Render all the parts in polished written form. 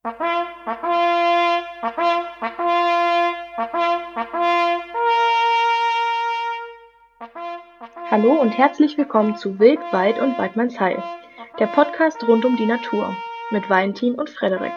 Hallo und herzlich willkommen zu Wild, Wald und Weidmannsheil, der Podcast rund um die Natur mit Valentin und Frederik.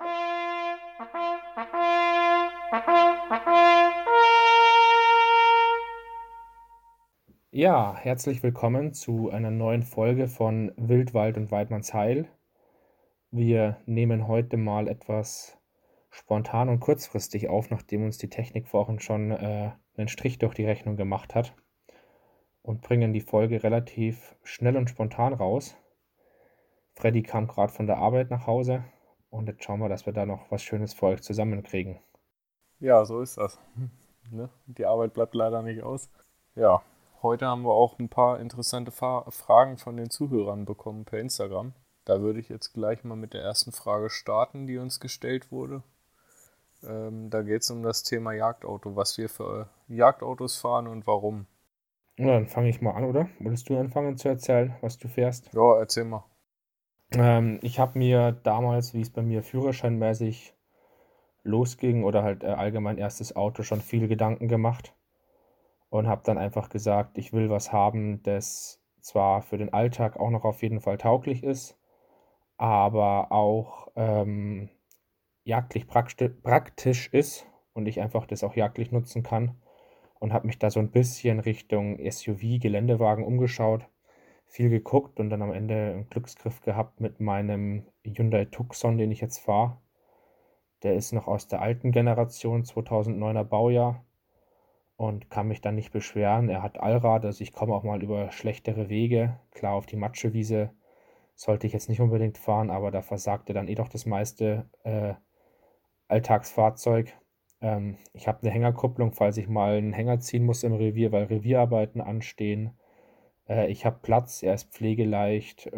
Ja, herzlich willkommen zu einer neuen Folge von Wild, Wald und Weidmannsheil. Wir nehmen heute mal etwas spontan und kurzfristig auf, nachdem uns die Technik vorhin schon einen Strich durch die Rechnung gemacht hat, und bringen die Folge relativ schnell und spontan raus. Freddy kam gerade von der Arbeit nach Hause und jetzt schauen wir, dass wir da noch was Schönes für euch zusammenkriegen. Ja, so ist das. Ne? Die Arbeit bleibt leider nicht aus. Ja, heute haben wir auch ein paar interessante Fragen von den Zuhörern bekommen per Instagram. Da würde ich jetzt gleich mal mit der ersten Frage starten, die uns gestellt wurde. Da geht es um das Thema Jagdauto, was wir für Jagdautos fahren und warum. Na, dann fange ich mal an, oder? Willst du anfangen zu erzählen, was du fährst? Ja, erzähl mal. Ich habe mir damals, wie es bei mir führerscheinmäßig losging oder halt allgemein erstes Auto, schon viel Gedanken gemacht und habe dann einfach gesagt, ich will was haben, das zwar für den Alltag auch noch auf jeden Fall tauglich ist, aber auch jagdlich praktisch ist und ich einfach das auch jagdlich nutzen kann, und habe mich da so ein bisschen Richtung SUV, Geländewagen umgeschaut, viel geguckt und dann am Ende einen Glücksgriff gehabt mit meinem Hyundai Tucson, den ich jetzt fahre. Der ist noch aus der alten Generation, 2009er Baujahr, und kann mich dann nicht beschweren. Er hat Allrad, also ich komme auch mal über schlechtere Wege. Klar, auf die Matschewiese sollte ich jetzt nicht unbedingt fahren, aber da versagte dann doch das meiste Alltagsfahrzeug. Ich habe eine Hängerkupplung, falls ich mal einen Hänger ziehen muss im Revier, weil Revierarbeiten anstehen. Ich habe Platz, er ist pflegeleicht,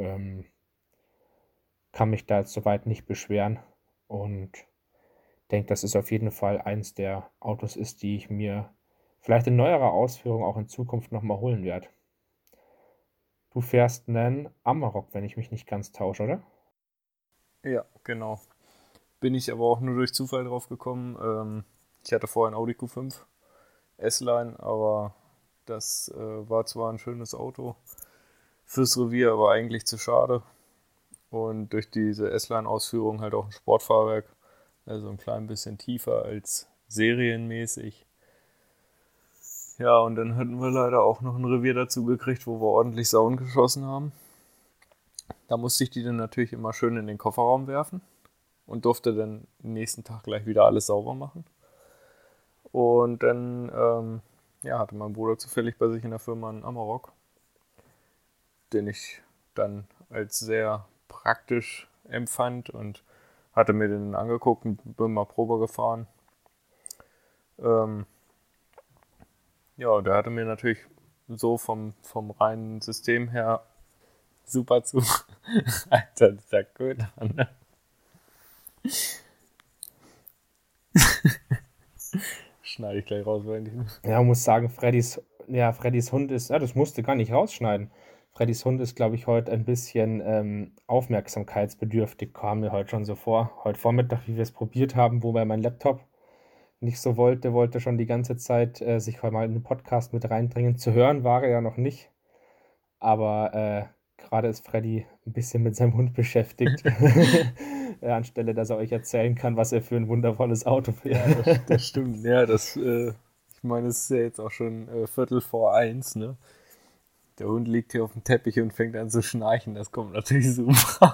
kann mich da jetzt soweit nicht beschweren und denke, dass es auf jeden Fall eins der Autos ist, die ich mir vielleicht in neuerer Ausführung auch in Zukunft nochmal holen werde. Du fährst einen Amarok, wenn ich mich nicht ganz tausche, oder? Ja, genau. Bin ich aber auch nur durch Zufall drauf gekommen. Ich hatte vorher einen Audi Q5 S-Line, aber das war zwar ein schönes Auto fürs Revier, aber eigentlich zu schade. Und durch diese S-Line-Ausführung halt auch ein Sportfahrwerk, also ein klein bisschen tiefer als serienmäßig. Ja, und dann hatten wir leider auch noch ein Revier dazu gekriegt, wo wir ordentlich Sauen geschossen haben. Da musste ich die dann natürlich immer schön in den Kofferraum werfen und durfte dann am nächsten Tag gleich wieder alles sauber machen. Und dann hatte mein Bruder zufällig bei sich in der Firma einen Amarok, den ich dann als sehr praktisch empfand und hatte mir den angeguckt und bin mal Probe gefahren. Der hatte mir natürlich so vom reinen System her super zu. Alter, dieser Köder, ne? Schneide ich gleich raus, weil ich nicht. Ja, man muss sagen, Freddys Hund ist, ja, das musste gar nicht rausschneiden. Freddys Hund ist, glaube ich, heute ein bisschen aufmerksamkeitsbedürftig, kam mir heute schon so vor. Heute Vormittag, wie wir es probiert haben, wobei mein Laptop nicht so wollte schon die ganze Zeit sich heute mal in den Podcast mit reindringen. Zu hören war er ja noch nicht, aber gerade ist Freddy ein bisschen mit seinem Hund beschäftigt, anstelle, dass er euch erzählen kann, was er für ein wundervolles Auto fährt. Ja, das stimmt. Ja, ich meine, es ist ja jetzt auch schon 1:15, ne? Der Hund liegt hier auf dem Teppich und fängt an zu schnarchen. Das kommt natürlich super.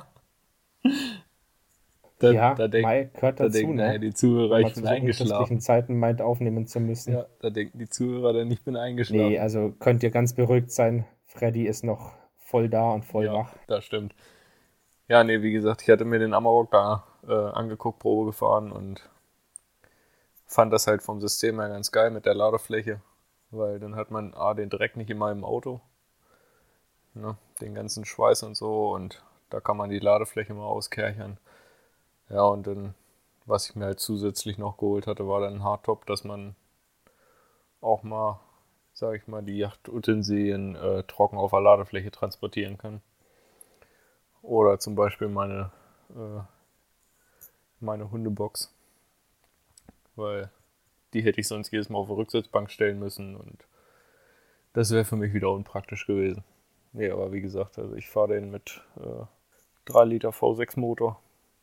Ja, Da Mai gehört dazu, denken nachher ne? die Zuhörer, Wenn man ich zu bin so unchristlichen eingeschlafen. Zeiten meint, aufnehmen zu müssen. Ja, da denken die Zuhörer dann, ich bin Nee, eingeschlafen. also könnt ihr ganz beruhigt sein. Freddy ist noch voll da und voll Ja, wach. das stimmt. Ja, nee, wie gesagt, ich hatte mir den Amarok da angeguckt, Probe gefahren und fand das halt vom System her ganz geil mit der Ladefläche, weil dann hat man den Dreck nicht immer im Auto, ne, den ganzen Schweiß und so, und da kann man die Ladefläche mal auskerchern. Ja, und dann, was ich mir halt zusätzlich noch geholt hatte, war dann ein Hardtop, dass man auch mal, sag ich mal, die Yachtutensilien trocken auf der Ladefläche transportieren kann. Oder zum Beispiel meine meine Hundebox, weil die hätte ich sonst jedes Mal auf die Rücksitzbank stellen müssen und das wäre für mich wieder unpraktisch gewesen. Nee, aber wie gesagt, also ich fahre den mit 3 Liter V6 Motor,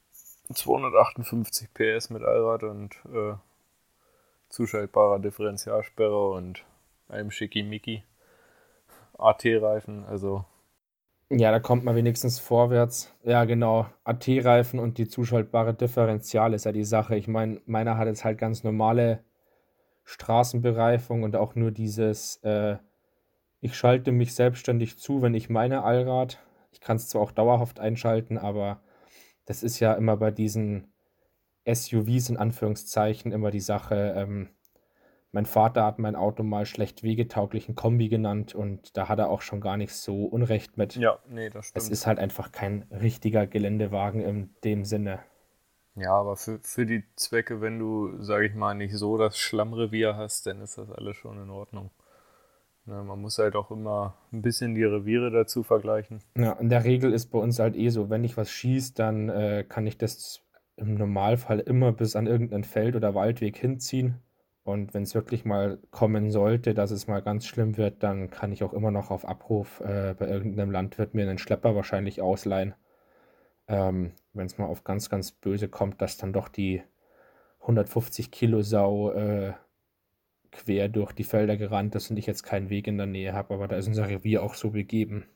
258 PS mit Allrad und zuschaltbarer Differentialsperre und einem Schickimicki AT-Reifen, also Ja, da kommt man wenigstens vorwärts. Ja, genau. AT-Reifen und die zuschaltbare Differential ist ja die Sache. Ich meine, meiner hat jetzt halt ganz normale Straßenbereifung und auch nur dieses, ich schalte mich selbstständig zu, wenn ich meine Allrad. Ich kann es zwar auch dauerhaft einschalten, aber das ist ja immer bei diesen SUVs in Anführungszeichen immer die Sache. Mein Vater hat mein Auto mal schlecht wegetauglichen Kombi genannt und da hat er auch schon gar nicht so Unrecht mit. ja, nee, das Es stimmt. ist halt einfach kein richtiger Geländewagen in dem Sinne. Ja, aber für die Zwecke, wenn du, sag ich mal, nicht so das Schlammrevier hast, dann ist das alles schon in Ordnung. Ne, man muss halt auch immer ein bisschen die Reviere dazu vergleichen. Ja, in der Regel ist bei uns halt eh so, wenn ich was schieße, dann kann ich das im Normalfall immer bis an irgendein Feld oder Waldweg hinziehen. Und wenn es wirklich mal kommen sollte, dass es mal ganz schlimm wird, dann kann ich auch immer noch auf Abruf bei irgendeinem Landwirt mir einen Schlepper wahrscheinlich ausleihen. Wenn es mal auf ganz, ganz böse kommt, dass dann doch die 150 Kilo Sau quer durch die Felder gerannt ist und ich jetzt keinen Weg in der Nähe habe, aber da ist unser Revier auch so begeben.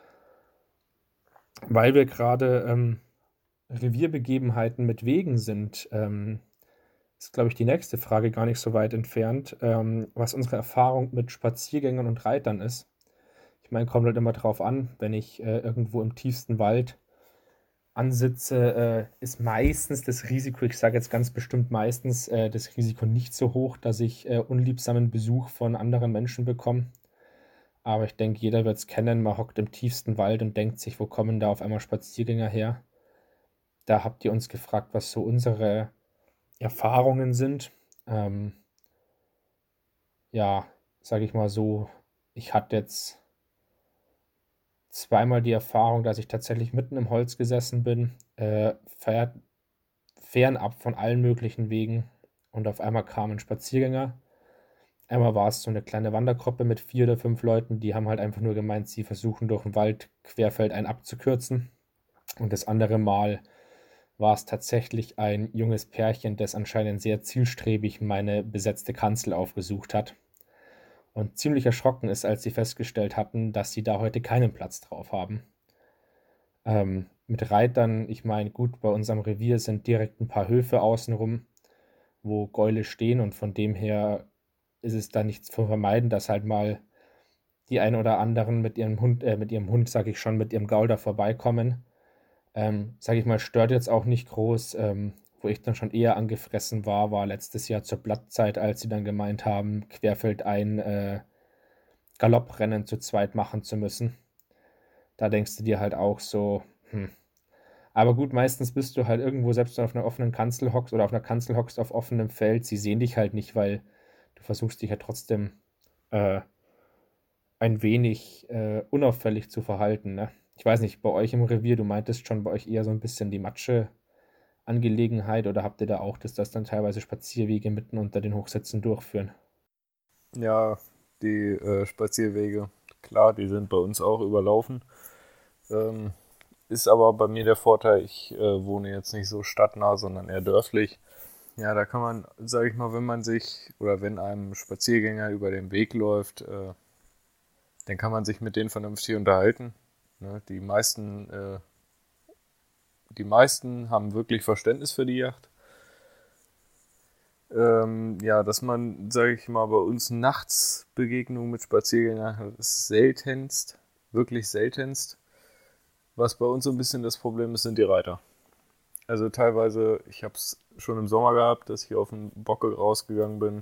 Weil wir gerade Revierbegebenheiten mit Wegen sind, ist, glaube ich, die nächste Frage gar nicht so weit entfernt, was unsere Erfahrung mit Spaziergängern und Reitern ist. Ich meine, kommt halt immer drauf an, wenn ich irgendwo im tiefsten Wald ansitze, ist meistens das Risiko, ich sage jetzt ganz bestimmt meistens, das Risiko nicht so hoch, dass ich unliebsamen Besuch von anderen Menschen bekomme. Aber ich denke, jeder wird es kennen, man hockt im tiefsten Wald und denkt sich, wo kommen da auf einmal Spaziergänger her? Da habt ihr uns gefragt, was so unsere Erfahrungen sind. Ähm, ja, sage ich mal so, ich hatte jetzt zweimal die Erfahrung, dass ich tatsächlich mitten im Holz gesessen bin, fernab von allen möglichen Wegen und auf einmal kam ein Spaziergänger. Einmal war es so eine kleine Wandergruppe mit 4 oder 5 Leuten, die haben halt einfach nur gemeint, sie versuchen durch den Wald querfeldein abzukürzen. Und das andere Mal war es tatsächlich ein junges Pärchen, das anscheinend sehr zielstrebig meine besetzte Kanzel aufgesucht hat und ziemlich erschrocken ist, als sie festgestellt hatten, dass sie da heute keinen Platz drauf haben. Mit Reitern, ich meine, gut, bei unserem Revier sind direkt ein paar Höfe außenrum, wo Gäule stehen und von dem her ist es da nichts zu vermeiden, dass halt mal die ein oder anderen mit ihrem Hund, sage ich schon, mit ihrem Gaul da vorbeikommen. Sage ich mal, stört jetzt auch nicht groß. Wo ich dann schon eher angefressen war letztes Jahr zur Blattzeit, als sie dann gemeint haben, querfeldein Galopprennen zu zweit machen zu müssen. Da denkst du dir halt auch so, Aber gut, meistens bist du halt irgendwo, selbst wenn du auf einer offenen Kanzel hockst oder auf einer Kanzel hockst auf offenem Feld, sie sehen dich halt nicht, weil du versuchst dich ja trotzdem äh, ein wenig unauffällig zu verhalten, ne? Ich weiß nicht, bei euch im Revier, du meintest schon bei euch eher so ein bisschen die Matsche-Angelegenheit oder habt ihr da auch, dass das dann teilweise Spazierwege mitten unter den Hochsätzen durchführen? Ja, die Spazierwege, klar, die sind bei uns auch überlaufen. Ähm, Ist aber bei mir der Vorteil, ich wohne jetzt nicht so stadtnah, sondern eher dörflich. Ja, da kann man, sage ich mal, wenn man sich oder wenn einem Spaziergänger über den Weg läuft, dann kann man sich mit denen vernünftig unterhalten. Ne? Die meisten haben wirklich Verständnis für die Yacht. Ja, dass man, sage ich mal, bei uns nachts Begegnungen mit Spaziergängern hat, ist seltenst, wirklich seltenst. Was bei uns so ein bisschen das Problem ist, sind die Reiter. Also teilweise, ich habe es schon im Sommer gehabt, dass ich auf den Bocke rausgegangen bin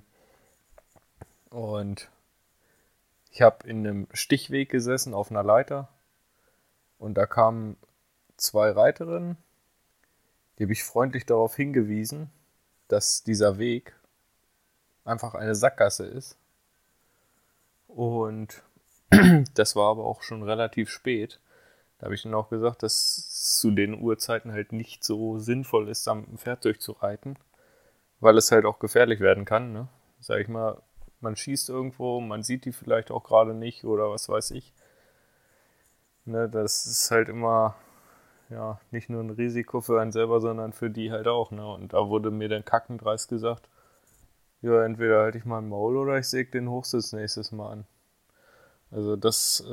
und ich habe in einem Stichweg gesessen auf einer Leiter und da kamen 2 Reiterinnen, die habe ich freundlich darauf hingewiesen, dass dieser Weg einfach eine Sackgasse ist. Und das war aber auch schon relativ spät. Da habe ich dann auch gesagt, dass es zu den Uhrzeiten halt nicht so sinnvoll ist, da mit dem Pferd durchzureiten, weil es halt auch gefährlich werden kann, ne? Sag ich mal, man schießt irgendwo, man sieht die vielleicht auch gerade nicht oder was weiß ich. Ne, das ist halt immer, ja, nicht nur ein Risiko für einen selber, sondern für die halt auch, ne? Und da wurde mir dann kackendreist gesagt, ja, entweder halte ich mal ein Maul oder ich säge den Hochsitz nächstes Mal an. Also das,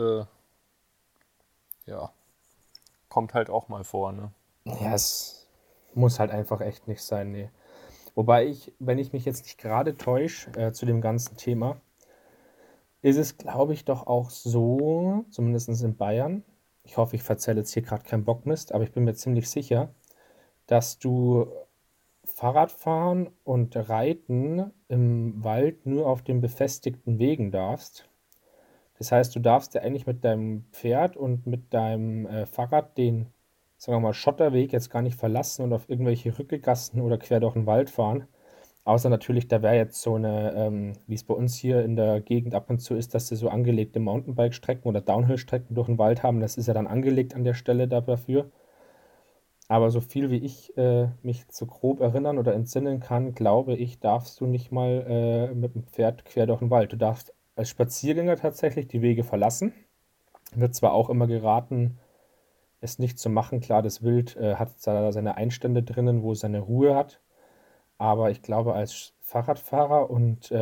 ja, kommt halt auch mal vor, ne? Ja, es muss halt einfach echt nicht sein, nee. Wobei ich, wenn ich mich jetzt nicht gerade täusche, zu dem ganzen Thema, ist es, glaube ich, doch auch so, zumindest in Bayern, ich hoffe, ich erzähle jetzt hier gerade keinen Bockmist, aber ich bin mir ziemlich sicher, dass du Fahrradfahren und Reiten im Wald nur auf den befestigten Wegen darfst. Das heißt, du darfst ja eigentlich mit deinem Pferd und mit deinem Fahrrad den, sagen wir mal, Schotterweg jetzt gar nicht verlassen und auf irgendwelche Rückegassen oder quer durch den Wald fahren. Außer natürlich, da wäre jetzt so eine, wie es bei uns hier in der Gegend ab und zu ist, dass sie so angelegte Mountainbike-Strecken oder Downhill-Strecken durch den Wald haben. Das ist ja dann angelegt an der Stelle dafür. Aber so viel wie ich mich so grob erinnern oder entsinnen kann, glaube ich, darfst du nicht mal mit dem Pferd quer durch den Wald. Du darfst als Spaziergänger tatsächlich die Wege verlassen. Wird zwar auch immer geraten, es nicht zu machen. Klar, das Wild hat da seine Einstände drinnen, wo es seine Ruhe hat. Aber ich glaube, als Fahrradfahrer und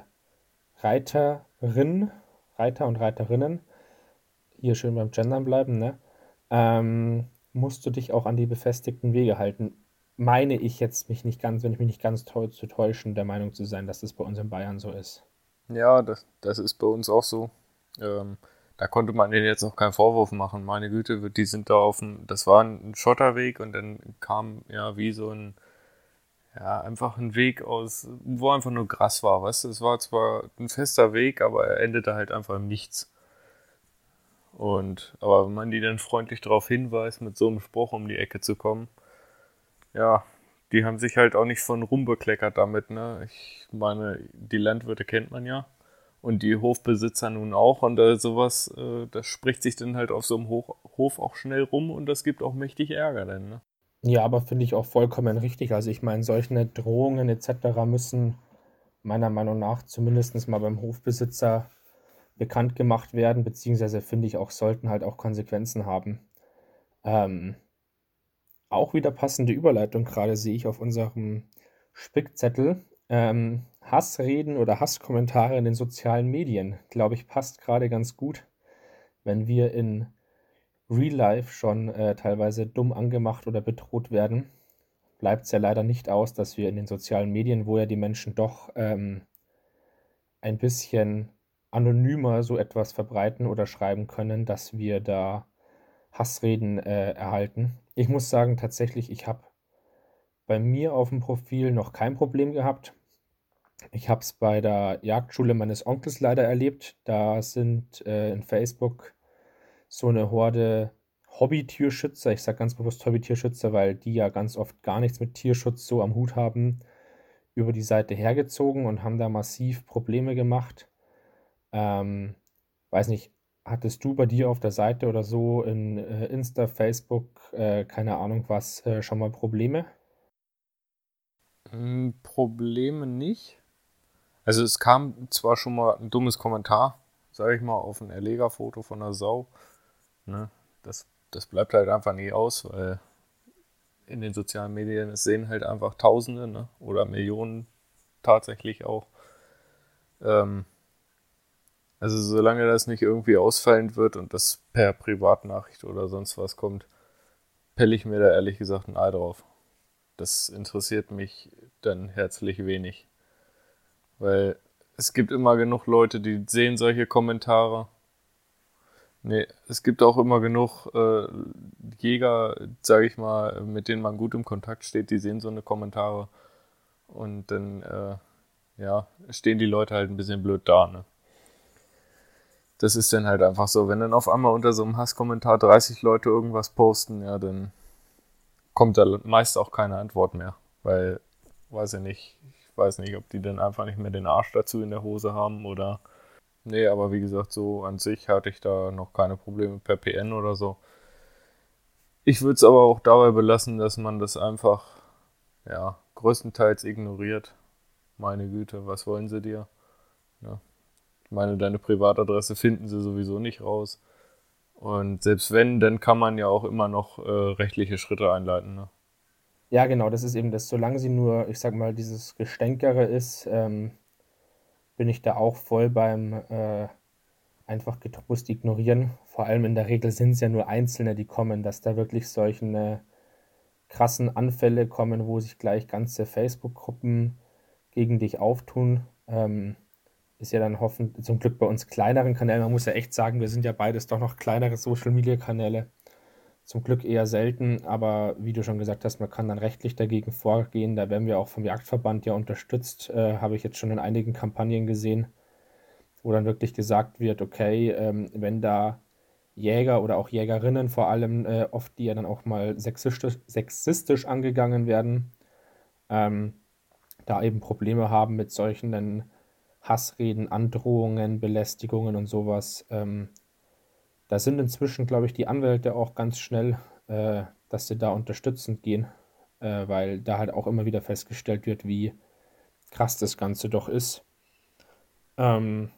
Reiterin, Reiter und Reiterinnen, hier schön beim Gendern bleiben, ne? Musst du dich auch an die befestigten Wege halten. Meine ich jetzt mich nicht ganz, wenn ich mich nicht ganz zu täuschen, der Meinung zu sein, dass das bei uns in Bayern so ist. Ja, das ist bei uns auch so. Ähm, Da konnte man denen jetzt noch keinen Vorwurf machen. Meine Güte, die sind da das war ein Schotterweg und dann kam ja wie so ja, einfach ein Weg wo einfach nur Gras war, weißt du? Es war zwar ein fester Weg, aber er endete halt einfach im Nichts. Aber wenn man die dann freundlich darauf hinweist, mit so einem Spruch um die Ecke zu kommen, ja, die haben sich halt auch nicht von rumbekleckert damit, ne? Ich meine, die Landwirte kennt man ja. Und die Hofbesitzer nun auch. Und sowas, das spricht sich dann halt auf so einem Hof auch schnell rum und das gibt auch mächtig Ärger dann, ne? Ja, aber finde ich auch vollkommen richtig. Also ich meine, solche Drohungen etc. müssen meiner Meinung nach zumindest mal beim Hofbesitzer bekannt gemacht werden, beziehungsweise finde ich auch, sollten halt auch Konsequenzen haben. Ähm, Auch wieder passende Überleitung gerade sehe ich auf unserem Spickzettel. Hassreden oder Hasskommentare in den sozialen Medien, glaube ich, passt gerade ganz gut, wenn wir in Real Life schon teilweise dumm angemacht oder bedroht werden. Bleibt es ja leider nicht aus, dass wir in den sozialen Medien, wo ja die Menschen doch ein bisschen anonymer so etwas verbreiten oder schreiben können, dass wir da Hassreden erhalten. Ich muss sagen, tatsächlich, ich habe bei mir auf dem Profil noch kein Problem gehabt. Ich habe es bei der Jagdschule meines Onkels leider erlebt. Da sind in Facebook so eine Horde Hobby-Tierschützer, ich sage ganz bewusst Hobby-Tierschützer, weil die ja ganz oft gar nichts mit Tierschutz so am Hut haben, über die Seite hergezogen und haben da massiv Probleme gemacht. Ähm, Weiß nicht, hattest du bei dir auf der Seite oder so in Insta, Facebook, keine Ahnung was, schon mal Probleme? Probleme nicht. Also es kam zwar schon mal ein dummes Kommentar, sage ich mal, auf ein Erlegerfoto von einer Sau. Ne? Das bleibt halt einfach nie aus, weil in den sozialen Medien es sehen halt einfach Tausende, ne? Oder Millionen tatsächlich auch. Ähm, also solange das nicht irgendwie ausfallend wird und das per Privatnachricht oder sonst was kommt, pelle ich mir da ehrlich gesagt ein Ei drauf. Das interessiert mich dann herzlich wenig. Weil es gibt immer genug Leute, die sehen solche Kommentare. Nee, es gibt auch immer genug Jäger, sage ich mal, mit denen man gut im Kontakt steht, die sehen so eine Kommentare. Und dann, ja, stehen die Leute halt ein bisschen blöd da, ne? Das ist dann halt einfach so. Wenn dann auf einmal unter so einem Hasskommentar 30 Leute irgendwas posten, ja, dann kommt da meist auch keine Antwort mehr. Weil, ich weiß nicht, ob die dann einfach nicht mehr den Arsch dazu in der Hose haben oder. Nee, aber wie gesagt, so an sich hatte ich da noch keine Probleme per PN oder so. Ich würde es aber auch dabei belassen, dass man das einfach, ja, größtenteils ignoriert. Meine Güte, was wollen sie dir? Ja. Ich meine, deine Privatadresse finden sie sowieso nicht raus. Und selbst wenn, dann kann man ja auch immer noch rechtliche Schritte einleiten. Ne? Ja, genau, das ist eben das. Solange sie nur, ich sag mal, dieses Gestänkere ist, bin ich da auch voll beim einfach getrost ignorieren. Vor allem in der Regel sind es ja nur Einzelne, die kommen, dass da wirklich solche krassen Anfälle kommen, wo sich gleich ganze Facebook-Gruppen gegen dich auftun. Ist ja dann hoffentlich zum Glück bei uns kleineren Kanälen. Man muss ja echt sagen, wir sind ja beides doch noch kleinere Social-Media-Kanäle. Zum Glück eher selten, aber wie du schon gesagt hast, man kann dann rechtlich dagegen vorgehen. Da werden wir auch vom Jagdverband ja unterstützt, habe ich jetzt schon in einigen Kampagnen gesehen, wo dann wirklich gesagt wird, okay, wenn da Jäger oder auch Jägerinnen vor allem, oft die ja dann auch mal sexistisch angegangen werden, ähm, da eben Probleme haben mit solchen Hassreden, Androhungen, Belästigungen und sowas. Da sind inzwischen, glaube ich, die Anwälte auch ganz schnell, dass sie da unterstützend gehen, weil da halt auch immer wieder festgestellt wird, wie krass das Ganze doch ist. Ähm,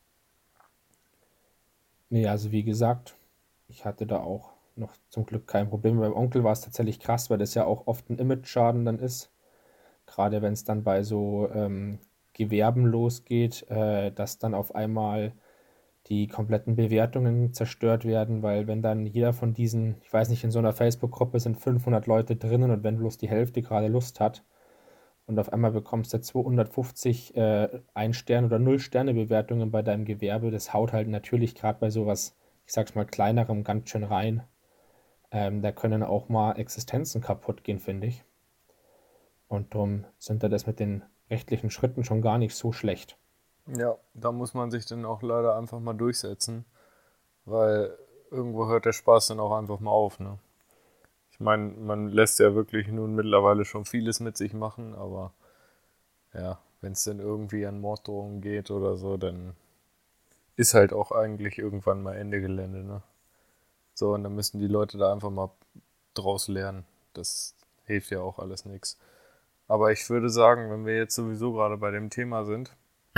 nee, also wie gesagt, ich hatte da auch noch zum Glück kein Problem. Beim Onkel war es tatsächlich krass, weil das ja auch oft ein Image-Schaden dann ist. Gerade wenn es dann bei so Gewerben losgeht, dass dann auf einmal die kompletten Bewertungen zerstört werden, weil wenn dann jeder von diesen, ich weiß nicht, in so einer Facebook-Gruppe sind 500 Leute drinnen und wenn bloß die Hälfte gerade Lust hat und auf einmal bekommst du 250 Ein-Stern- oder Null-Sterne-Bewertungen bei deinem Gewerbe, das haut halt natürlich gerade bei sowas, ich sag's mal, kleinerem ganz schön rein. Da können auch mal Existenzen kaputt gehen, finde ich. Und darum sind da das mit den rechtlichen Schritten schon gar nicht so schlecht. Ja, da muss man sich dann auch leider einfach mal durchsetzen, weil irgendwo hört der Spaß dann auch einfach mal auf. Ne? Ich meine, man lässt ja wirklich nun mittlerweile schon vieles mit sich machen, aber ja, wenn es dann irgendwie an Morddrohungen geht oder so, dann ist halt auch eigentlich irgendwann mal Ende Gelände. Ne? So, und dann müssen die Leute da einfach mal draus lernen. Das hilft ja auch alles nichts. Aber ich würde sagen, wenn wir jetzt sowieso gerade bei dem Thema sind,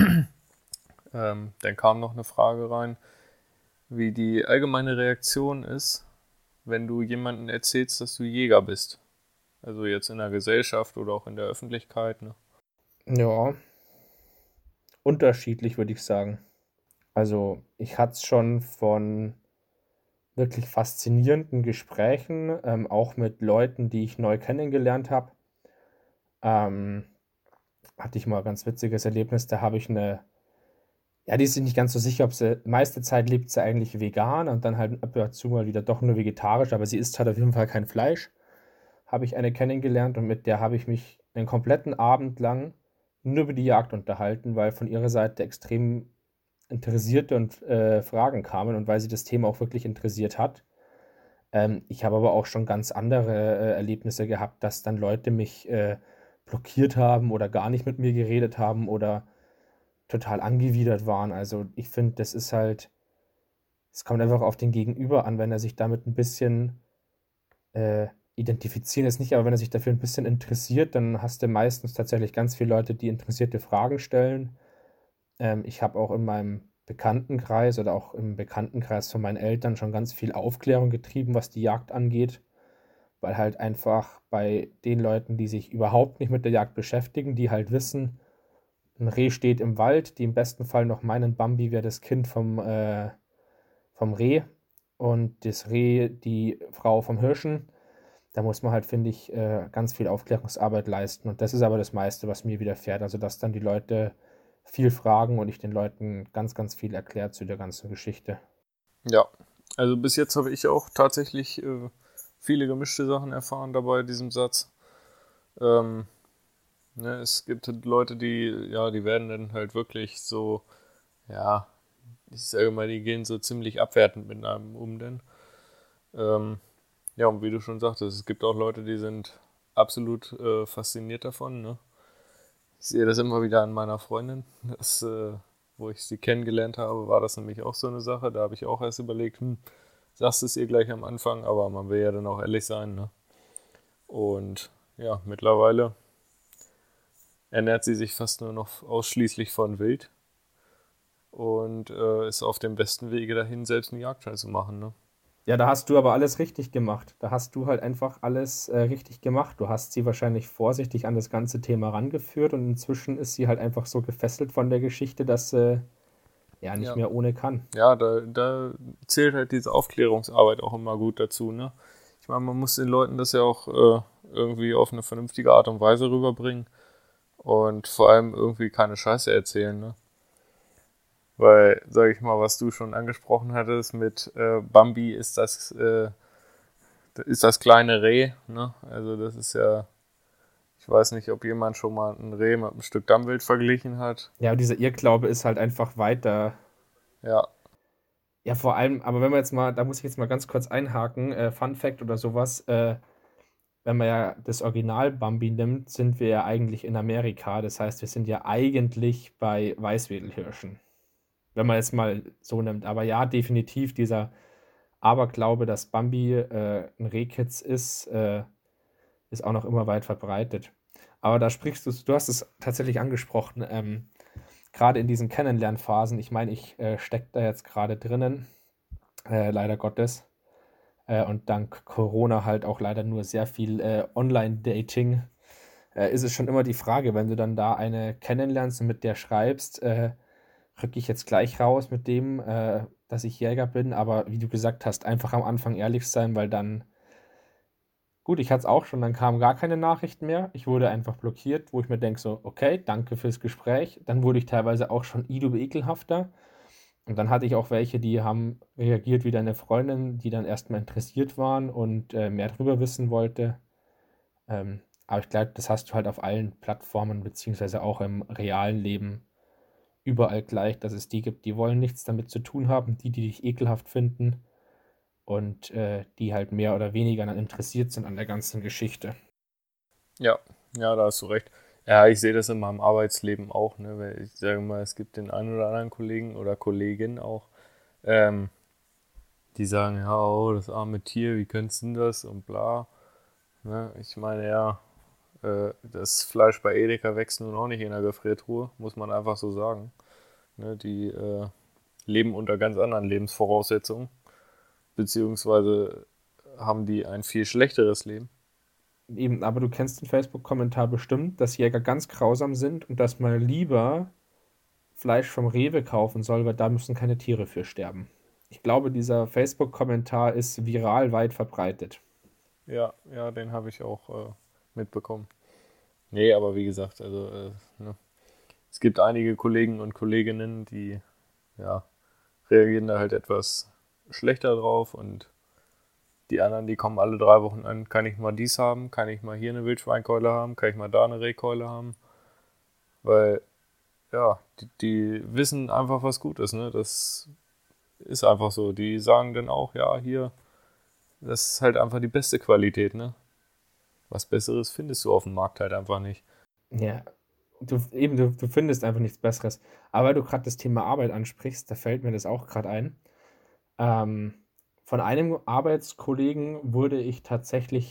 dann kam noch eine Frage rein, wie die allgemeine Reaktion ist, wenn du jemandem erzählst, dass du Jäger bist. Also jetzt in der Gesellschaft oder auch in der Öffentlichkeit. Ne? Ja, unterschiedlich würde ich sagen. Also ich hatte es schon von wirklich faszinierenden Gesprächen, auch mit Leuten, die ich neu kennengelernt habe. Ähm, hatte ich mal ein ganz witziges Erlebnis, da habe ich eine, ja, die ist sich nicht ganz so sicher, ob sie, meiste Zeit lebt sie eigentlich vegan und dann halt ab und zu mal wieder doch nur vegetarisch, aber sie isst halt auf jeden Fall kein Fleisch. Habe ich eine kennengelernt und mit der habe ich mich einen kompletten Abend lang nur über die Jagd unterhalten, weil von ihrer Seite extrem interessierte und Fragen kamen und weil sie das Thema auch wirklich interessiert hat. Ich habe aber auch schon ganz andere Erlebnisse gehabt, dass dann Leute mich blockiert haben oder gar nicht mit mir geredet haben oder total angewidert waren. Also ich finde, das ist halt, es kommt einfach auf den Gegenüber an, wenn er sich damit ein bisschen identifizieren ist nicht, aber wenn er sich dafür ein bisschen interessiert, dann hast du meistens tatsächlich ganz viele Leute, die interessierte Fragen stellen. Ich habe auch in meinem Bekanntenkreis oder auch im Bekanntenkreis von meinen Eltern schon ganz viel Aufklärung getrieben, was die Jagd angeht, weil halt einfach bei den Leuten, die sich überhaupt nicht mit der Jagd beschäftigen, die halt wissen, ein Reh steht im Wald, die im besten Fall noch meinen, Bambi wäre das Kind vom Reh und das Reh die Frau vom Hirschen. Da muss man halt, finde ich, ganz viel Aufklärungsarbeit leisten. Und das ist aber das meiste, was mir widerfährt. Also, dass dann die Leute viel fragen und ich den Leuten ganz, ganz viel erkläre zu der ganzen Geschichte. Ja, also bis jetzt habe ich auch tatsächlich viele gemischte Sachen erfahren dabei, diesem Satz. Ähm, ne, es gibt halt Leute, die werden dann halt wirklich so, ja, ich sage mal, die gehen so ziemlich abwertend mit einem um, denn. Ähm, ja, und wie du schon sagtest, es gibt auch Leute, die sind absolut fasziniert davon. Ne? Ich sehe das immer wieder an meiner Freundin. Wo ich sie kennengelernt habe, war das nämlich auch so eine Sache. Da habe ich auch erst überlegt, sagst es ihr gleich am Anfang, aber man will ja dann auch ehrlich sein, ne? Und ja, mittlerweile ernährt sie sich fast nur noch ausschließlich von Wild und ist auf dem besten Wege dahin, selbst einen Jagdschein zu machen, ne? Ja, da hast du aber alles richtig gemacht. Da hast du halt einfach alles richtig gemacht. Du hast sie wahrscheinlich vorsichtig an das ganze Thema rangeführt und inzwischen ist sie halt einfach so gefesselt von der Geschichte, dass sie ja nicht Ja, mehr ohne kann. ja, da zählt halt diese Aufklärungsarbeit auch immer gut dazu, ne? Ich meine, man muss den Leuten das ja auch irgendwie auf eine vernünftige Art und Weise rüberbringen und vor allem irgendwie keine Scheiße erzählen, ne? Weil, sag ich mal, was du schon angesprochen hattest mit Bambi ist das kleine Reh, ne? Also das ist ja, ich weiß nicht, ob jemand schon mal ein Reh mit einem Stück Dammwild verglichen hat. Ja, aber dieser Irrglaube ist halt einfach weiter. Ja, Ja, vor allem, aber wenn wir jetzt mal, da muss ich jetzt mal ganz kurz einhaken, Fun Fact oder sowas, wenn man ja das Original Bambi nimmt, sind wir ja eigentlich in Amerika. Das heißt, wir sind ja eigentlich bei Weißwedelhirschen. Wenn man es mal so nimmt. Aber ja, definitiv dieser Aberglaube, dass Bambi ein Rehkitz ist auch noch immer weit verbreitet. Aber da sprichst du hast es tatsächlich angesprochen, gerade in diesen Kennenlernphasen. Ich meine, ich stecke da jetzt gerade drinnen, leider Gottes. Und dank Corona halt auch leider nur sehr viel Online-Dating. Ist es schon immer die Frage, wenn du dann da eine kennenlernst und mit der schreibst, rücke ich jetzt gleich raus mit dem, dass ich Jäger bin, aber wie du gesagt hast, einfach am Anfang ehrlich sein, weil dann, gut, ich hatte es auch schon, dann kamen gar keine Nachrichten mehr. Ich wurde einfach blockiert, wo ich mir denke, so, okay, danke fürs Gespräch. Dann wurde ich teilweise auch schon ekelhafter. Und dann hatte ich auch welche, die haben reagiert wie deine Freundin, die dann erstmal interessiert waren und mehr darüber wissen wollte. Aber ich glaube, das hast du halt auf allen Plattformen, beziehungsweise auch im realen Leben überall gleich, dass es die gibt, die wollen nichts damit zu tun haben, die dich ekelhaft finden und die halt mehr oder weniger dann interessiert sind an der ganzen Geschichte. ja, ja, da hast du recht. Ja, ich sehe das in meinem Arbeitsleben auch, ne? Weil ich sage mal, es gibt den einen oder anderen Kollegen oder Kollegin auch, ähm, die sagen, ja, oh, das arme Tier, wie könntest du denn das und bla. Ne? Ich meine, ja, das Fleisch bei Edeka wächst nun auch nicht in der Gefriertruhe, muss man einfach so sagen. Ne? Die leben unter ganz anderen Lebensvoraussetzungen, beziehungsweise haben die ein viel schlechteres Leben. Eben, aber du kennst den Facebook-Kommentar bestimmt, dass Jäger ganz grausam sind und dass man lieber Fleisch vom Rewe kaufen soll, weil da müssen keine Tiere für sterben. Ich glaube, dieser Facebook-Kommentar ist viral weit verbreitet. Ja, ja, den habe ich auch mitbekommen. Nee, aber wie gesagt, also ne, es gibt einige Kollegen und Kolleginnen, die ja, reagieren da halt etwas schlechter drauf und die anderen, die kommen alle 3 Wochen an, kann ich mal dies haben, kann ich mal hier eine Wildschweinkeule haben, kann ich mal da eine Rehkeule haben, weil ja, die wissen einfach, was gut ist, ne? Das ist einfach so. Die sagen dann auch, ja, hier, das ist halt einfach die beste Qualität, ne? Was Besseres findest du auf dem Markt halt einfach nicht. Ja, du findest einfach nichts Besseres. Aber weil du gerade das Thema Arbeit ansprichst, da fällt mir das auch gerade ein. Ähm, von einem Arbeitskollegen wurde ich tatsächlich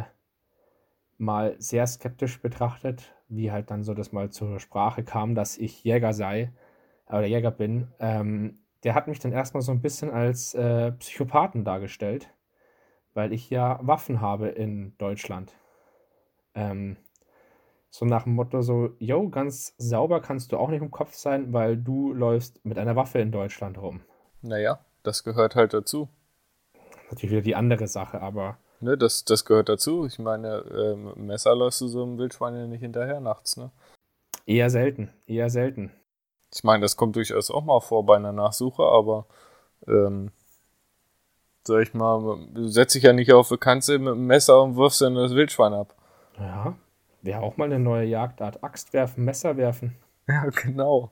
mal sehr skeptisch betrachtet, wie halt dann so das mal zur Sprache kam, dass ich Jäger sei oder Jäger bin. Der hat mich dann erstmal so ein bisschen als Psychopathen dargestellt, weil ich ja Waffen habe in Deutschland. Ähm, so nach dem Motto so, yo, ganz sauber kannst du auch nicht im Kopf sein, weil du läufst mit einer Waffe in Deutschland rum. Naja, das gehört halt dazu. Natürlich wieder die andere Sache, aber Ne, das gehört dazu. Ich meine, mit dem Messer läufst du so einem Wildschwein ja nicht hinterher nachts, ne? eher selten, eher selten. Ich meine, das kommt durchaus auch mal vor bei einer Nachsuche, aber ähm, sag ich mal, du setzt dich ja nicht auf eine Kanzel mit dem Messer und wirfst dann das Wildschwein ab. Ja, wäre auch mal eine neue Jagdart. Axt werfen, Messer werfen. Ja, genau.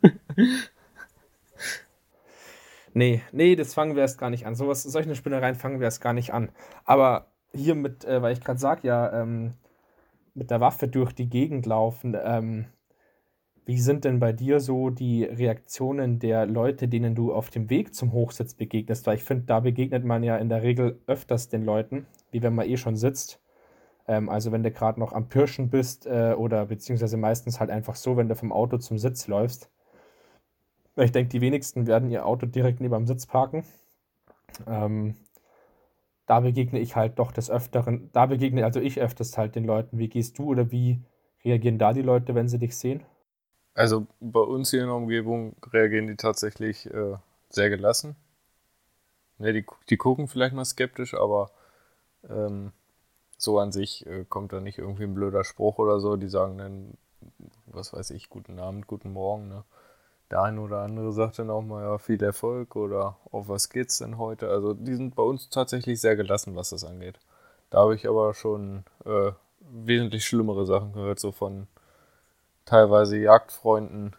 Nee, nee, das fangen wir erst gar nicht an. Solche Spinnereien fangen wir erst gar nicht an. Aber hier mit, weil ich gerade sage, ja, mit der Waffe durch die Gegend laufen, Wie sind denn bei dir so die Reaktionen der Leute, denen du auf dem Weg zum Hochsitz begegnest? Weil ich finde, da begegnet man ja in der Regel öfters den Leuten, wie wenn man eh schon sitzt. Also wenn du gerade noch am Pirschen bist oder beziehungsweise meistens halt einfach so, wenn du vom Auto zum Sitz läufst. Weil ich denke, die wenigsten werden ihr Auto direkt neben dem Sitz parken. Ähm, Da begegne ich halt doch des Öfteren, da begegne also ich öfters halt den Leuten. Wie gehst du oder wie reagieren da die Leute, wenn sie dich sehen? Also bei uns hier in der Umgebung reagieren die tatsächlich sehr gelassen. Ne, die gucken vielleicht mal skeptisch, aber ähm, so an sich kommt da nicht irgendwie ein blöder Spruch oder so. Die sagen dann, was weiß ich, guten Abend, guten Morgen. Ne? Der eine oder andere sagt dann auch mal, ja, viel Erfolg oder auf was geht's denn heute? Also die sind bei uns tatsächlich sehr gelassen, was das angeht. Da habe ich aber schon wesentlich schlimmere Sachen gehört, so von teilweise Jagdfreunden.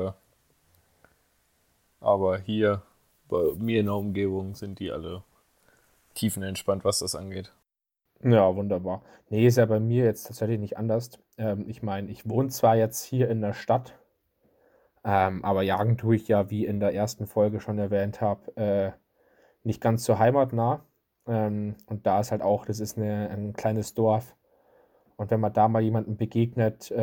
Aber hier bei mir in der Umgebung sind die alle tiefenentspannt, was das angeht. Ja, wunderbar. Nee, ist ja bei mir jetzt tatsächlich nicht anders. Ich meine, ich wohne zwar jetzt hier in der Stadt, aber jagen tue ich ja, wie in der ersten Folge schon erwähnt habe, nicht ganz so heimatnah. Und da ist halt auch, das ist ein kleines Dorf. Und wenn man da mal jemandem begegnet,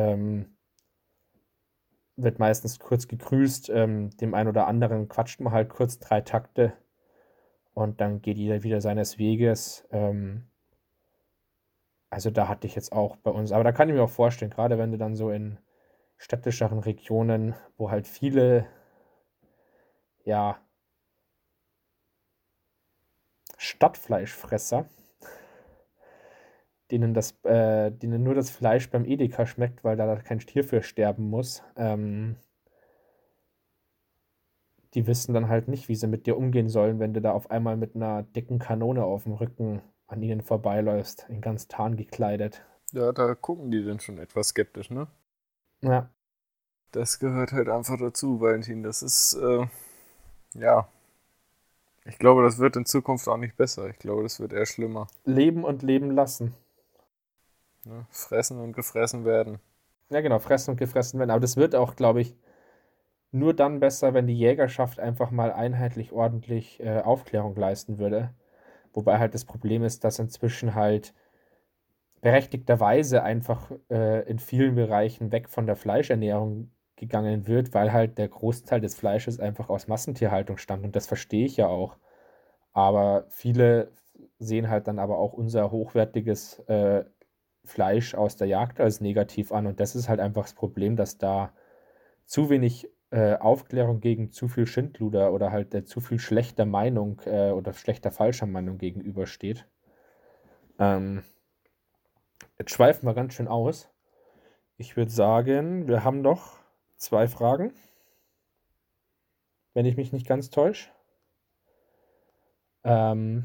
wird meistens kurz gegrüßt. Dem einen oder anderen quatscht man halt kurz 3 Takte und dann geht jeder wieder seines Weges. Also da hatte ich jetzt auch bei uns, aber da kann ich mir auch vorstellen, gerade wenn du dann so in städtischeren Regionen, wo halt viele, ja, Stadtfleischfresser, denen nur das Fleisch beim Edeka schmeckt, weil da kein Stier für sterben muss, die wissen dann halt nicht, wie sie mit dir umgehen sollen, wenn du da auf einmal mit einer dicken Kanone auf dem Rücken an ihnen vorbeiläufst, in ganz Tarn gekleidet. Ja, da gucken die dann schon etwas skeptisch, ne? Ja, Das gehört halt einfach dazu, Valentin. Das ist, ja, ich glaube, das wird in Zukunft auch nicht besser. Ich glaube, das wird eher schlimmer. leben und leben lassen. Ne? Fressen und gefressen werden. Ja, genau, fressen und gefressen werden. Aber das wird auch, glaube ich, nur dann besser, wenn die Jägerschaft einfach mal einheitlich ordentlich Aufklärung leisten würde. Wobei halt das Problem ist, dass inzwischen halt berechtigterweise einfach in vielen Bereichen weg von der Fleischernährung gegangen wird, weil halt der Großteil des Fleisches einfach aus Massentierhaltung stammt. Und das verstehe ich ja auch. Aber viele sehen halt dann aber auch unser hochwertiges Fleisch aus der Jagd als negativ an. Und das ist halt einfach das Problem, dass da zu wenig Aufklärung gegen zu viel Schindluder oder halt zu viel schlechter Meinung oder schlechter falscher Meinung gegenübersteht. Ähm, Jetzt schweifen wir ganz schön aus. Ich würde sagen, wir haben noch 2 Fragen, wenn ich mich nicht ganz täusche. Ähm,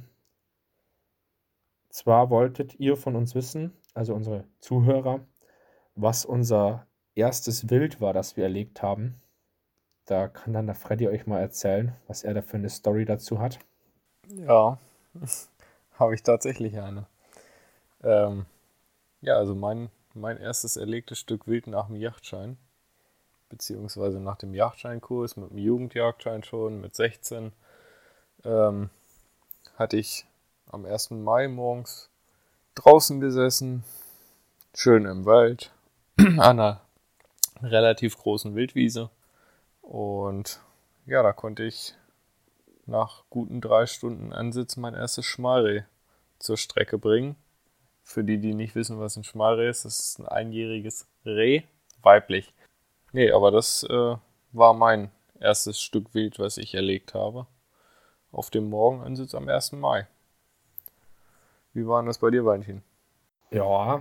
Zwar wolltet ihr von uns wissen, also unsere Zuhörer, was unser erstes Wild war, das wir erlegt haben. Da kann dann der Freddy euch mal erzählen, was er da für eine Story dazu hat. Ja, habe ich tatsächlich eine. Ähm, ja, also mein erstes erlegtes Stück Wild nach dem Jagdschein, beziehungsweise nach dem Jagdscheinkurs mit dem Jugendjagdschein schon, mit 16, ähm, hatte ich am 1. Mai morgens draußen gesessen, schön im Wald, an einer relativ großen Wildwiese. Und ja, da konnte ich nach guten 3 Stunden Ansitz mein erstes Schmalreh zur Strecke bringen. Für die, die nicht wissen, was ein Schmalreh ist, das ist ein einjähriges Reh, weiblich. Nee, aber das war mein erstes Stück Wild, was ich erlegt habe. Auf dem Morgenansitz am 1. Mai. Wie war denn das bei dir, Valentin? Ja,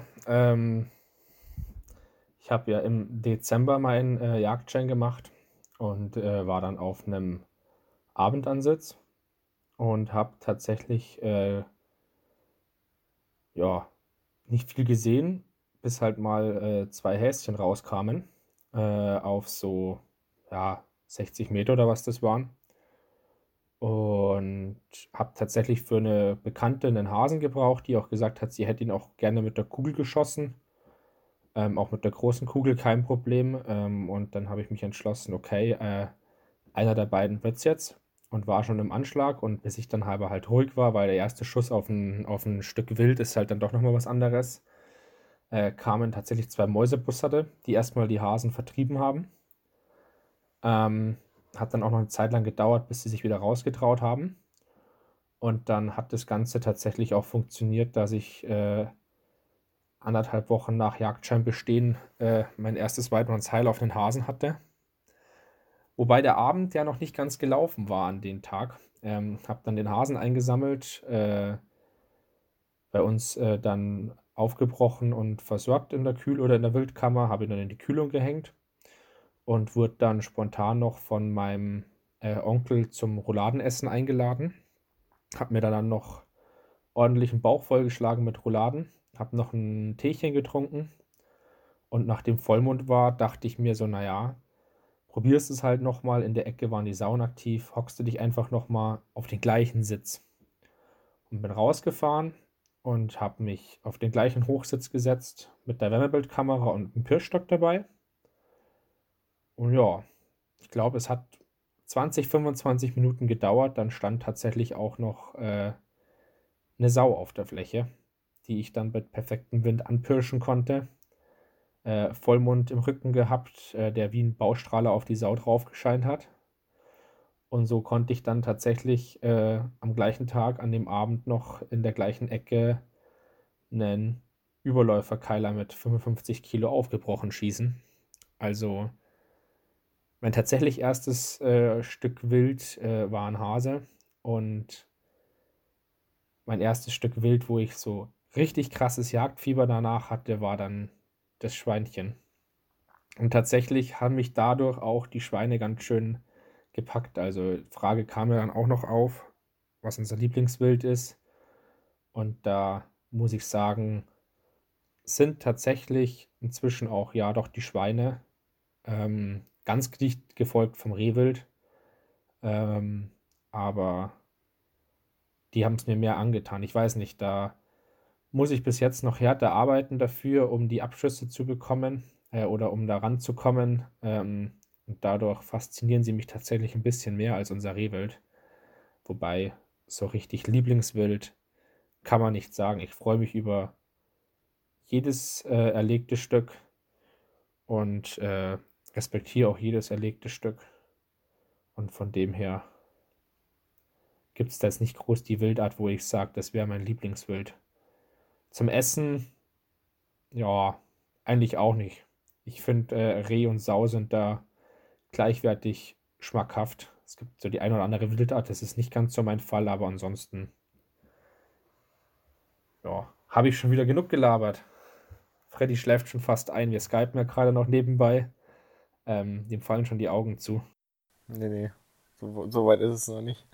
ich habe ja im Dezember meinen Jagdschein gemacht und war dann auf einem Abendansitz und habe tatsächlich ja nicht viel gesehen, bis halt mal 2 Häschen rauskamen auf so ja 60 Meter oder was das waren. Und habe tatsächlich für eine Bekannte einen Hasen gebraucht, die auch gesagt hat, sie hätte ihn auch gerne mit der Kugel geschossen. Auch mit der großen Kugel kein Problem. Und dann habe ich mich entschlossen, okay, einer der beiden wird's jetzt, und war schon im Anschlag. Und bis ich dann halber halt ruhig war, weil der erste Schuss auf ein Stück Wild ist halt dann doch nochmal was anderes, kamen tatsächlich 2 Mäusebussarde, die erstmal die Hasen vertrieben haben. Hat dann auch noch eine Zeit lang gedauert, bis sie sich wieder rausgetraut haben. Und dann hat das Ganze tatsächlich auch funktioniert, dass ich 1,5 Wochen nach Jagdscheinbestehen mein erstes Weidmannsheil auf den Hasen hatte. Wobei der Abend ja noch nicht ganz gelaufen war an den Tag. Habe dann den Hasen eingesammelt, bei uns dann aufgebrochen und versorgt in der oder in der Wildkammer, habe ihn dann in die Kühlung gehängt und wurde dann spontan noch von meinem Onkel zum Rouladenessen eingeladen. Habe mir dann noch ordentlich 'n Bauch vollgeschlagen mit Rouladen, habe noch ein Teechen getrunken, und nachdem Vollmond war, dachte ich mir so: „Na ja, probierst es halt noch mal.“ In der Ecke waren die Sauen aktiv, hockst du dich einfach noch mal auf den gleichen Sitz. Und bin rausgefahren und habe mich auf den gleichen Hochsitz gesetzt mit der Wärmebildkamera und 'm Pirschstock dabei. Und ja, ich glaube, es hat 20, 25 Minuten gedauert, dann stand tatsächlich auch noch 'ne Sau auf der Fläche, die ich dann mit perfektem Wind anpirschen konnte. Vollmond im Rücken gehabt, der wie 'n Baustrahler auf die Sau drauf gescheint hat. Und so konnte ich dann tatsächlich am gleichen Tag, an dem Abend, noch in der gleichen Ecke 'nen Überläuferkeiler mit 55 Kilo aufgebrochen schießen. Also, mein tatsächlich erstes Stück Wild war 'n Hase, und mein erstes Stück Wild, wo ich so richtig krasses Jagdfieber danach hatte, war dann das Schweinchen. Und tatsächlich haben mich dadurch auch die Schweine ganz schön gepackt. Also, Frage kam ja dann auch noch auf, was unser Lieblingswild ist. Und da muss ich sagen, sind tatsächlich inzwischen auch, ja, doch die Schweine, ganz dicht gefolgt vom Rehwild. Ähm, aber die haben es mir mehr angetan. Ich weiß nicht, da muss ich bis jetzt noch härter arbeiten dafür, um die Abschüsse zu bekommen, oder um da ranzukommen. Und dadurch faszinieren sie mich tatsächlich ein bisschen mehr als unser Rehwild. Wobei, so richtig Lieblingswild kann man nicht sagen. Ich freue mich über jedes erlegte Stück und respektiere auch jedes erlegte Stück. Und von dem her gibt es da jetzt nicht groß die Wildart, wo ich sage, das wäre mein Lieblingswild. Zum Essen, ja, eigentlich auch nicht. Ich finde, Reh und Sau sind da gleichwertig schmackhaft. Es gibt so die eine oder andere Wildart, das ist nicht ganz so mein Fall, aber ansonsten, ja, habe ich schon wieder genug gelabert. Freddy schläft schon fast ein. Wir skypen ja gerade noch nebenbei. Dem fallen schon die Augen zu. Nee, so weit ist es noch nicht.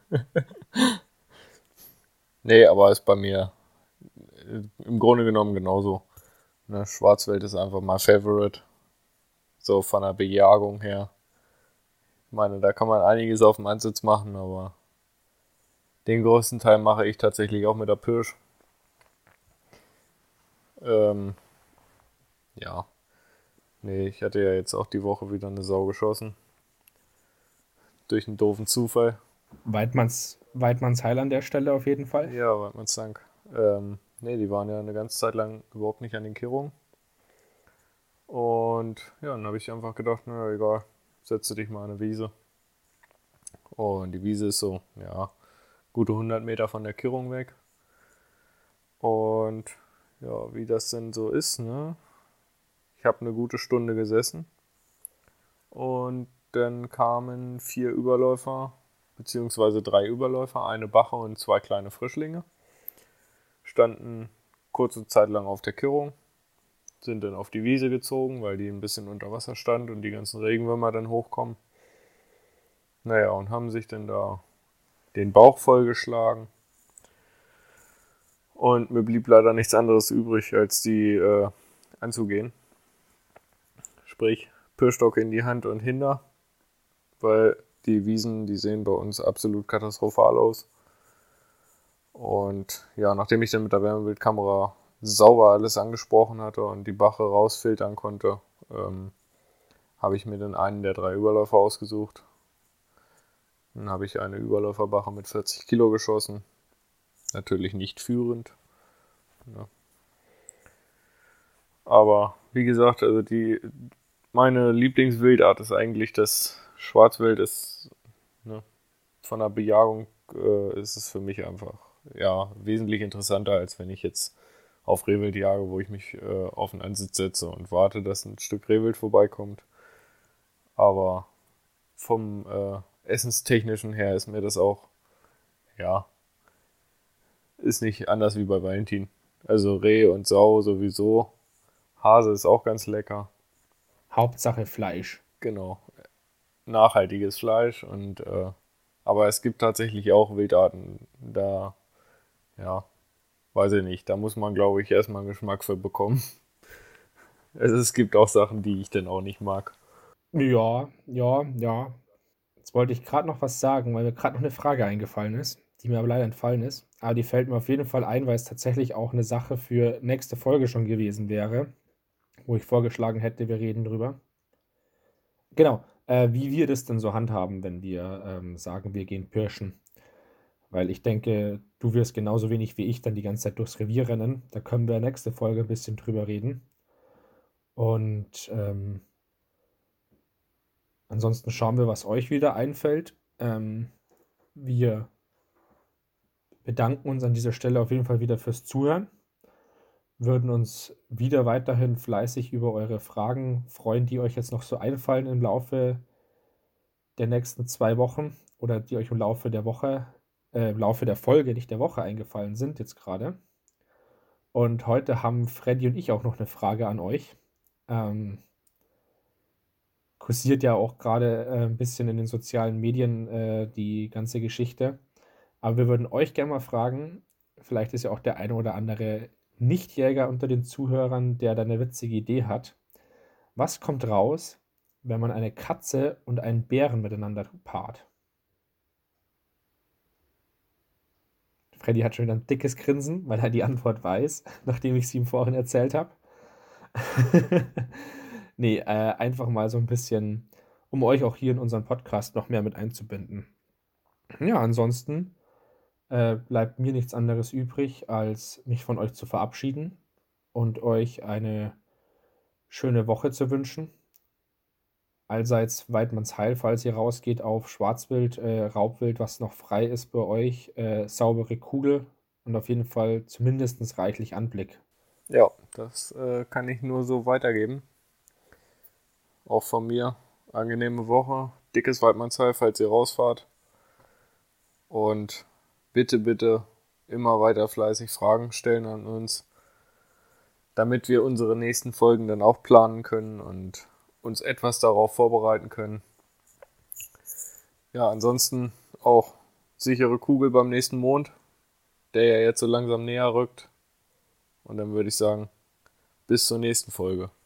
Nee, aber ist bei mir im Grunde genommen genauso. Ne, Schwarzwild ist einfach mein Favorite. So von der Bejagung her. Ich meine, da kann man einiges auf dem Ansitz machen, aber den größten Teil mache ich tatsächlich auch mit der Pirsch. Ja. Nee, ich hatte ja jetzt auch die Woche wieder eine Sau geschossen. Durch einen doofen Zufall. Weidmanns Heil an der Stelle auf jeden Fall. Ja, Weidmanns Dank. Nee, die waren ja eine ganze Zeit lang überhaupt nicht an den Kehrungen. Und ja, dann habe ich einfach gedacht, na egal, setze dich mal an eine Wiese. Und die Wiese ist so, ja, gute 100 Meter von der Kehrung weg. Und ja, wie das denn so ist, ne? Ich habe eine gute Stunde gesessen. Und dann kamen 4 Überläufer, beziehungsweise 3 Überläufer, eine Bache und 2 kleine Frischlinge. Standen kurze Zeit lang auf der Kehrung, sind dann auf die Wiese gezogen, weil die ein bisschen unter Wasser stand und die ganzen Regenwürmer dann hochkommen. Naja, und haben sich dann da den Bauch vollgeschlagen. Und mir blieb leider nichts anderes übrig, als die anzugehen. Sprich, Pirschstock in die Hand und hinter. Weil die Wiesen, die sehen bei uns absolut katastrophal aus. Und ja, nachdem ich dann mit der Wärmebildkamera sauber alles angesprochen hatte und die Bache rausfiltern konnte, habe ich mir dann einen der 3 Überläufer ausgesucht. Dann habe ich eine Überläuferbache mit 40 Kilo geschossen. Natürlich nicht führend. Ja. Aber wie gesagt, also meine Lieblingswildart ist eigentlich das Schwarzwild. Ne, von der Bejagung ist es für mich einfach wesentlich interessanter, als wenn ich jetzt auf Rehwild jage, wo ich mich auf einen Ansitz setze und warte, dass ein Stück Rehwild vorbeikommt. Aber vom Essenstechnischen her ist mir das auch, ist nicht anders wie bei Valentin. Also Reh und Sau sowieso. Hase ist auch ganz lecker. Hauptsache Fleisch. Genau. Nachhaltiges Fleisch aber es gibt tatsächlich auch Wildarten, da, weiß ich nicht, da muss man, glaube ich, erstmal einen Geschmack für bekommen. Also es gibt auch Sachen, die ich dann auch nicht mag. Ja. Jetzt wollte ich gerade noch was sagen, weil mir gerade noch eine Frage eingefallen ist, die mir aber leider entfallen ist. Aber die fällt mir auf jeden Fall ein, weil es tatsächlich auch eine Sache für nächste Folge schon gewesen wäre, wo ich vorgeschlagen hätte, wir reden drüber. Genau, wie wir das denn so handhaben, wenn wir sagen, wir gehen pirschen. Weil ich denke, du wirst genauso wenig wie ich dann die ganze Zeit durchs Revier rennen. Da können wir nächste Folge ein bisschen drüber reden. Und ansonsten schauen wir, was euch wieder einfällt. Wir bedanken uns an dieser Stelle auf jeden Fall wieder fürs Zuhören. Würden uns wieder weiterhin fleißig über eure Fragen freuen, die euch jetzt noch so einfallen im Laufe der nächsten 2 Wochen oder die euch im Laufe der Folge, nicht der Woche eingefallen sind jetzt gerade. Und heute haben Freddy und ich auch noch eine Frage an euch. Kursiert ja auch gerade ein bisschen in den sozialen Medien die ganze Geschichte. Aber wir würden euch gerne mal fragen, vielleicht ist ja auch der eine oder andere Nichtjäger unter den Zuhörern, der da eine witzige Idee hat. Was kommt raus, wenn man eine Katze und einen Bären miteinander paart? Freddy hat schon wieder ein dickes Grinsen, weil er die Antwort weiß, nachdem ich sie ihm vorhin erzählt habe. Nee, einfach mal so ein bisschen, um euch auch hier in unseren Podcast noch mehr mit einzubinden. Ja, ansonsten bleibt mir nichts anderes übrig, als mich von euch zu verabschieden und euch eine schöne Woche zu wünschen. Allseits Weidmanns Heil, falls ihr rausgeht auf Schwarzwild, Raubwild, was noch frei ist bei euch, saubere Kugel und auf jeden Fall zumindest reichlich Anblick. Ja, das kann ich nur so weitergeben. Auch von mir. Angenehme Woche. Dickes Weidmannsheil, falls ihr rausfahrt. Und bitte, bitte immer weiter fleißig Fragen stellen an uns, damit wir unsere nächsten Folgen dann auch planen können und uns etwas darauf vorbereiten können. Ja, ansonsten auch sichere Kugel beim nächsten Mond, der ja jetzt so langsam näher rückt. Und dann würde ich sagen, bis zur nächsten Folge.